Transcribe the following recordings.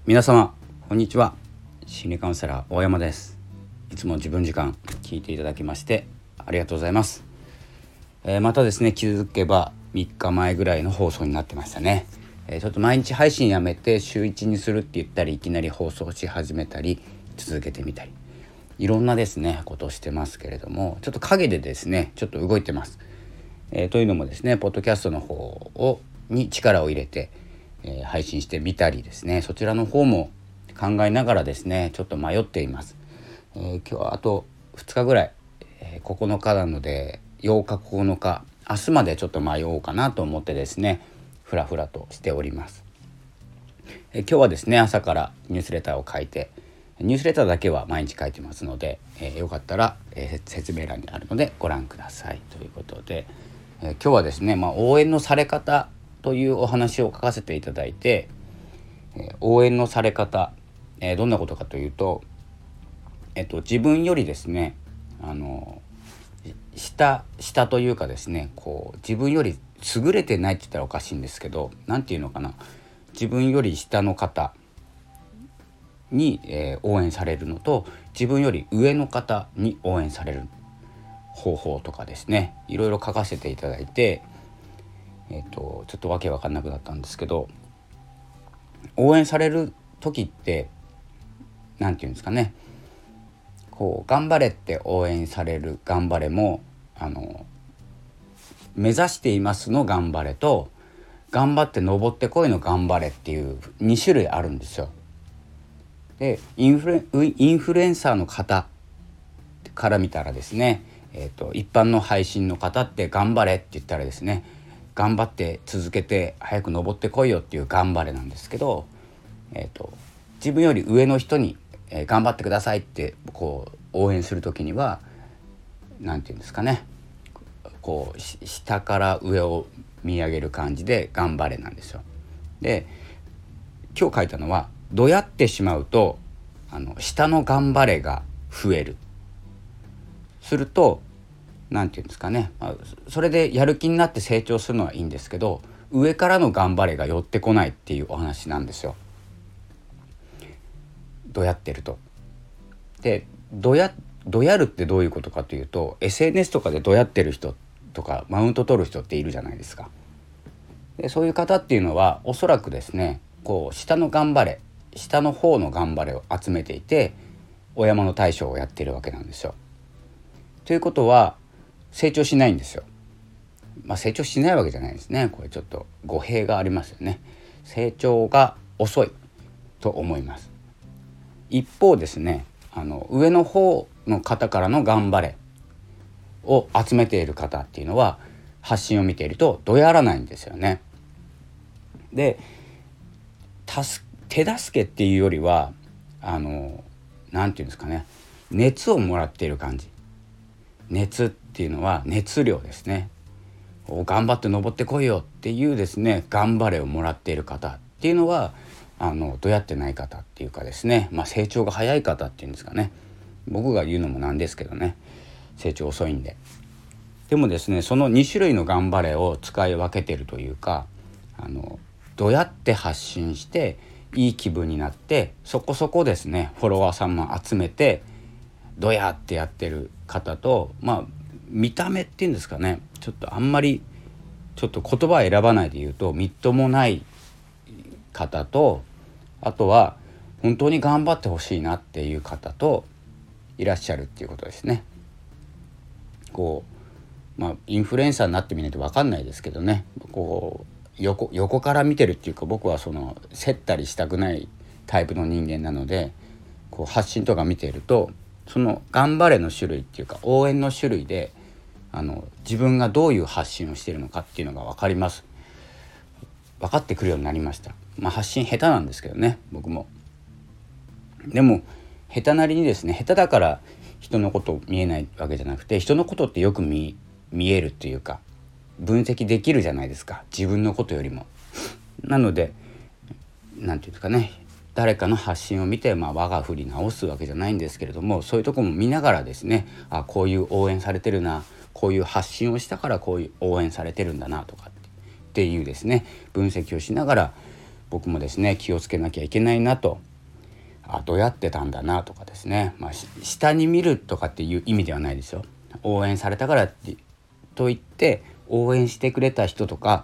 皆様こんにちは。心理カウンセラー大山です。いつも自分時間聞いていただきましてありがとうございます。またですね、気づけば3日前ぐらいの放送になってましたね。ちょっと毎日配信やめて週1にするって言ったり、いきなり放送し始めたり続けてみたり、いろんなですねことをしてますけれども、ちょっと陰でですねちょっと動いてます。というのもですね、ポッドキャストの方に力を入れて、配信してみたりですね、そちらの方も考えながらですねちょっと迷っています。今日はあと2日ぐらい、9日なので8日9日明日までちょっと迷おうかなと思ってですねふらふらとしております。今日はですね朝からニュースレターを書いて、ニュースレターだけは毎日書いてますので、よかったら、説明欄にあるのでご覧くださいということで、今日はですね、応援のされ方というお話を書かせていただいて、応援のされ方、どんなことかというと、自分よりですね下というかですね、こう自分より優れてないって言ったらおかしいんですけど、なんていうのかな、自分より下の方に、応援されるのと、自分より上の方に応援される方法とかですね、いろいろ書かせていただいて、ちょっとわけわかんなくなったんですけど、応援される時ってなんていうんですかね、こう頑張れって応援される頑張れも、目指していますの頑張れと、頑張って登ってこいの頑張れっていう2種類あるんですよ。でインフルエンサーの方から見たらですね、一般の配信の方って頑張れって言ったらですね、頑張って続けて早く登ってこいよっていう頑張れなんですけど、自分より上の人に、頑張ってくださいってこう応援するときには、なんていうんですかね、こう下から上を見上げる感じで頑張れなんですよ。で今日書いたのは、どやってしまうと下の頑張れが増える、するとなんていうんですかね、それでやる気になって成長するのはいいんですけど、上からの頑張れが寄ってこないっていうお話なんですよ。どやってると。でどやるってどういうことかというと、 SNS とかでどやってる人とかマウント取る人っているじゃないですか。でそういう方っていうのはおそらくですね、こう下の頑張れ、下の方の頑張れを集めていて、お山の大将をやってるわけなんですよ。ということは成長しないんですよ。成長しないわけじゃないですね。これちょっと語弊がありますよね。成長が遅いと思います。一方ですね、上の方の方からの頑張れを集めている方っていうのは、発信を見ているとどやらないんですよね。で手助けっていうよりはなんていうんですかね、熱をもらっている感じ。熱っていうのは熱量ですね。頑張って登ってこいよっていうですね、頑張れをもらっている方っていうのはどやってない方っていうかですね、成長が早い方っていうんですかね。僕が言うのもなんですけどね、成長遅いんで。でもですね、その2種類の頑張れを使い分けてるというか、どやって発信していい気分になって、そこそこですねフォロワーさんも集めてどやってやってる方と、見た目っていうんですかね、ちょっとあんまりちょっと言葉を選ばないで言うとみっともない方と、あとは本当に頑張ってほしいなっていう方といらっしゃるっていうことですね。こうインフルエンサーになってみないと分かんないですけどね、こう横から見てるっていうか、僕はその競ったりしたくないタイプの人間なので、こう発信とか見ていると、その頑張れの種類っていうか応援の種類で自分がどういう発信をしているのかっていうのが分かります。分かってくるようになりました。発信下手なんですけどね、僕も。でも下手なりにですね、下手だから人のこと見えないわけじゃなくて、人のことってよく見えるっていうか分析できるじゃないですか、自分のことよりも。なのでなんていうんですかね、誰かの発信を見て、我が振り直すわけじゃないんですけれども、そういうとこも見ながらですね、こういう応援されてるな、こういう発信をしたからこういう応援されてるんだなとかっていうですね、分析をしながら僕もですね気をつけなきゃいけないなと、どうやってたんだなとかですね、下に見るとかっていう意味ではないですよ。応援されたからと言って応援してくれた人とか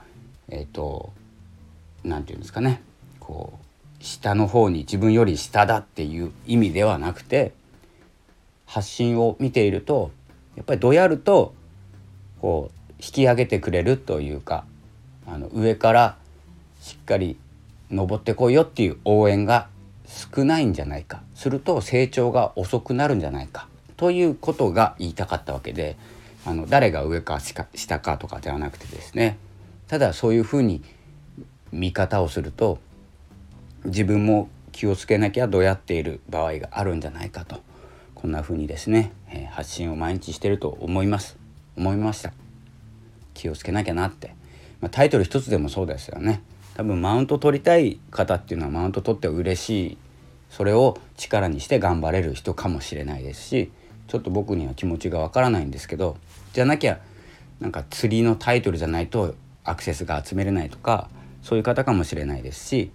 なんていうんですかね、こう下の方に自分より下だっていう意味ではなくて、発信を見ているとやっぱりどやるとこう引き上げてくれるというか、上からしっかり登ってこいよっていう応援が少ないんじゃないか、すると成長が遅くなるんじゃないかということが言いたかったわけで、誰が上か下かとかではなくてですね、ただそういうふうに見方をすると自分も気をつけなきゃどやっている場合があるんじゃないかと、こんなふうにですね、発信を毎日してると思いました。気をつけなきゃなって、タイトル一つでもそうですよね。多分マウント取りたい方っていうのはマウント取って嬉しい、それを力にして頑張れる人かもしれないですし、ちょっと僕には気持ちがわからないんですけど、じゃなきゃなんか釣りのタイトルじゃないとアクセスが集めれないとか、そういう方かもしれないですし、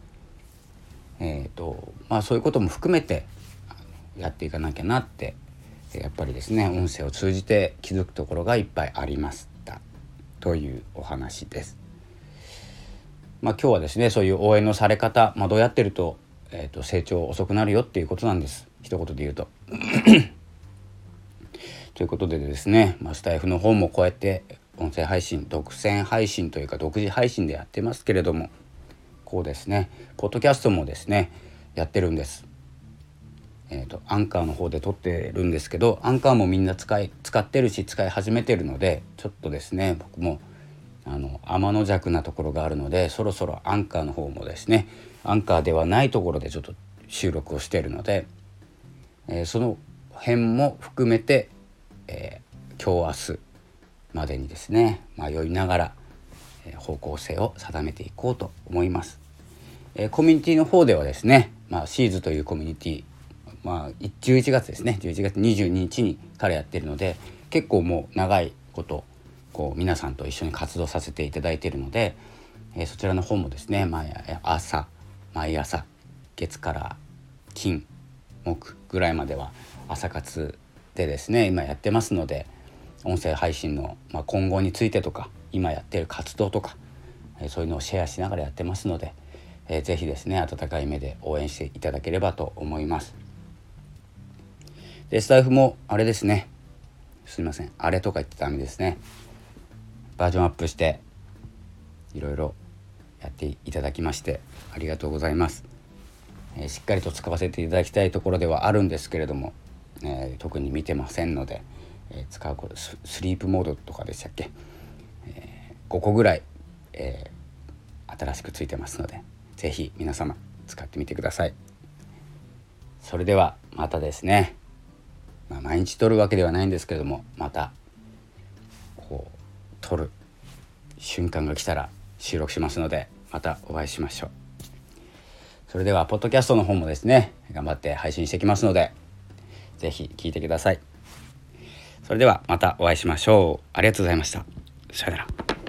そういうことも含めてやっていかなきゃなって、やっぱりですね音声を通じて気づくところがいっぱいありましたというお話です。今日はですねそういう応援のされ方、どうやってると、成長遅くなるよっていうことなんです、一言で言うとということでですね、スタイフの方もこうやって音声配信、独占配信というか独自配信でやってますけれども、こうですねポッドキャストもですねやってるんです。アンカーの方で撮ってるんですけど、アンカーもみんな使ってるし使い始めてるので、ちょっとですね僕も天の弱なところがあるので、そろそろアンカーの方もですね、アンカーではないところでちょっと収録をしているので、その辺も含めて、今日明日までにですね迷いながら、方向性を定めていこうと思います。コミュニティの方ではですね、シーズというコミュニティ、11月ですね、11月22日にからやっているので、結構もう長いこと皆さんと一緒に活動させていただいているので、そちらの方もですね毎朝月から金木ぐらいまでは朝活でですね今やってますので、音声配信の、今後についてとか今やっている活動とか、そういうのをシェアしながらやってますので、ぜひですね温かい目で応援していただければと思います。でスタイフもあれですね、すいません、あれとか言ってダメですね、バージョンアップしていろいろやっていただきましてありがとうございます。しっかりと使わせていただきたいところではあるんですけれども、特に見てませんので、使うことスリープモードとかでしたっけ、5個ぐらい、新しくついてますので、ぜひ皆様使ってみてください。それではまたですね、毎日撮るわけではないんですけれども、また撮る瞬間が来たら収録しますので、またお会いしましょう。それではポッドキャストの方もですね頑張って配信していきますので、ぜひ聞いてください。それではまたお会いしましょう。ありがとうございました。さよなら。